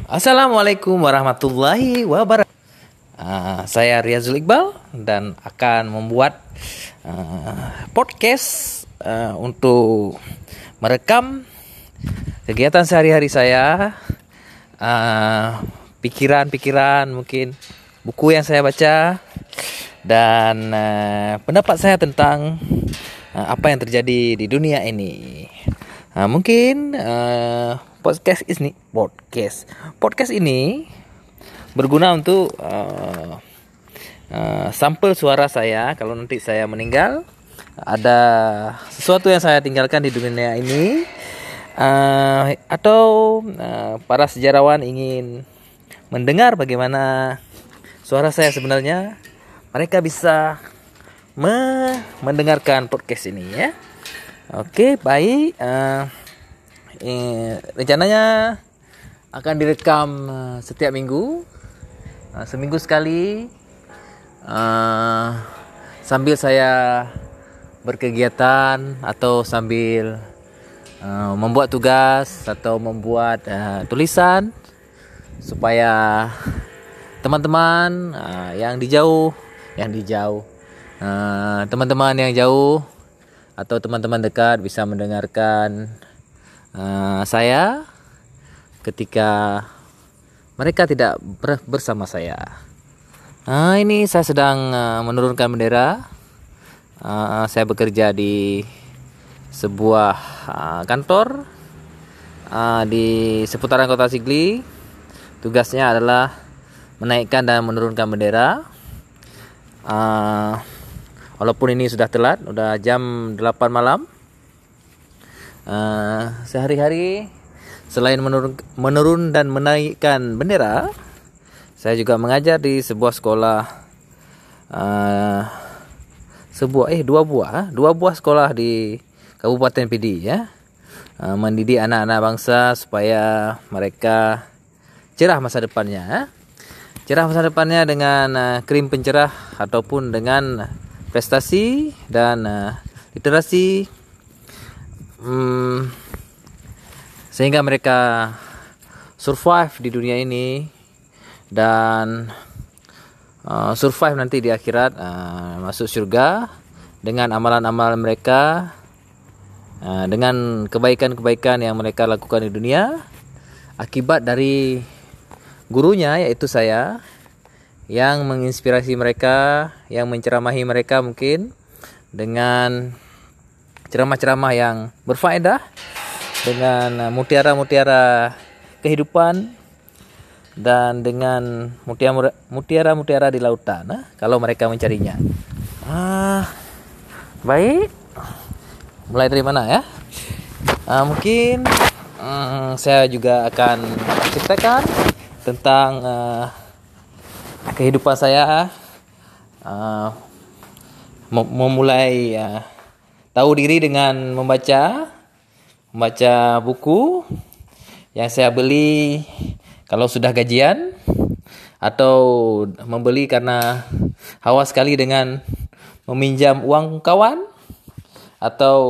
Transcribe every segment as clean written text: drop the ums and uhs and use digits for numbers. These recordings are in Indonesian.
Assalamualaikum warahmatullahi wabarakatuh. Saya Riazul Iqbal dan akan membuat podcast untuk merekam kegiatan sehari-hari saya, pikiran-pikiran, mungkin buku yang saya baca, dan pendapat saya tentang apa yang terjadi di dunia ini. Mungkin podcast ini berguna untuk sampel suara saya kalau nanti saya meninggal. Ada sesuatu yang saya tinggalkan di dunia ini, atau para sejarawan ingin mendengar bagaimana suara saya sebenarnya, mereka bisa mendengarkan podcast ini ya. Oke, baik. Rencananya akan direkam setiap minggu, seminggu sekali, sambil saya berkegiatan atau sambil membuat tugas atau membuat tulisan, supaya teman-teman teman-teman yang jauh atau teman-teman dekat bisa mendengarkan saya ketika mereka tidak bersama saya. Ini saya sedang menurunkan bendera. Saya bekerja di sebuah kantor di seputaran kota Sigli. Tugasnya adalah menaikkan dan menurunkan bendera. Walaupun ini sudah telat, udah jam 8 malam. Sehari-hari selain menurun dan menaikkan bendera, saya juga mengajar di sebuah sekolah, dua buah sekolah di Kabupaten Pidi ya. Mendidik anak-anak bangsa supaya mereka cerah masa depannya. Cerah masa depannya dengan krim pencerah ataupun dengan prestasi dan literasi, sehingga mereka survive di dunia ini dan survive nanti di akhirat, masuk surga dengan amalan-amalan mereka, dengan kebaikan-kebaikan yang mereka lakukan di dunia akibat dari gurunya, yaitu saya, yang menginspirasi mereka, yang menceramahi mereka mungkin dengan ceramah-ceramah yang berfaedah, dengan mutiara-mutiara kehidupan, dan dengan mutiara-mutiara di lautan, kalau mereka mencarinya. Baik, mulai dari mana ya? Mungkin saya juga akan ceritakan tentang kehidupan saya, memulai tahu diri dengan membaca buku yang saya beli kalau sudah gajian, atau membeli karena haus sekali dengan meminjam uang kawan, atau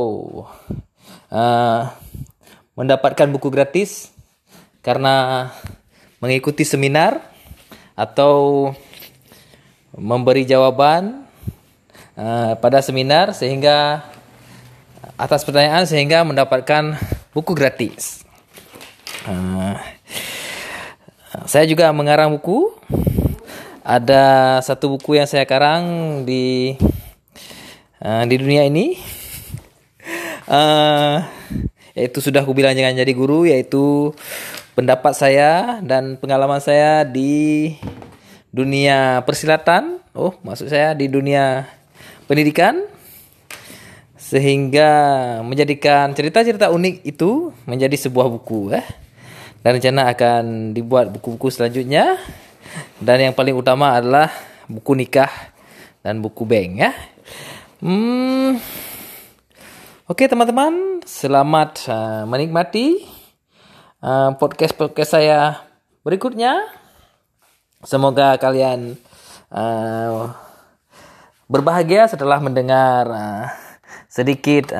mendapatkan buku gratis karena mengikuti seminar, atau memberi jawaban pada seminar sehingga atas pertanyaan sehingga mendapatkan buku gratis. Saya juga mengarang buku. Ada satu buku yang saya karang di dunia ini, yaitu sudah aku bilang jangan jadi guru, yaitu pendapat saya dan pengalaman saya di dunia persilatan. Maksud saya di dunia pendidikan, sehingga menjadikan cerita-cerita unik itu menjadi sebuah buku dan rencana akan dibuat buku-buku selanjutnya, dan yang paling utama adalah buku nikah dan buku bank ya. Oke teman-teman, selamat menikmati podcast saya berikutnya. Semoga kalian berbahagia setelah mendengar sedikit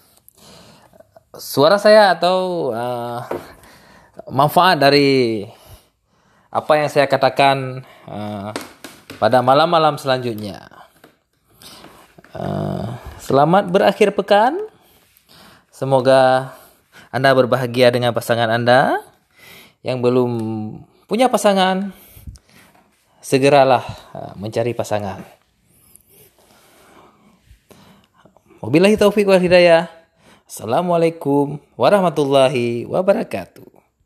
suara saya atau manfaat dari apa yang saya katakan pada malam-malam selanjutnya. Selamat berakhir pekan. Semoga Anda berbahagia dengan pasangan Anda. Yang belum punya pasangan, segeralah mencari pasangan. Wabillahi taufiq wal hidayah. Assalamualaikum warahmatullahi wabarakatuh.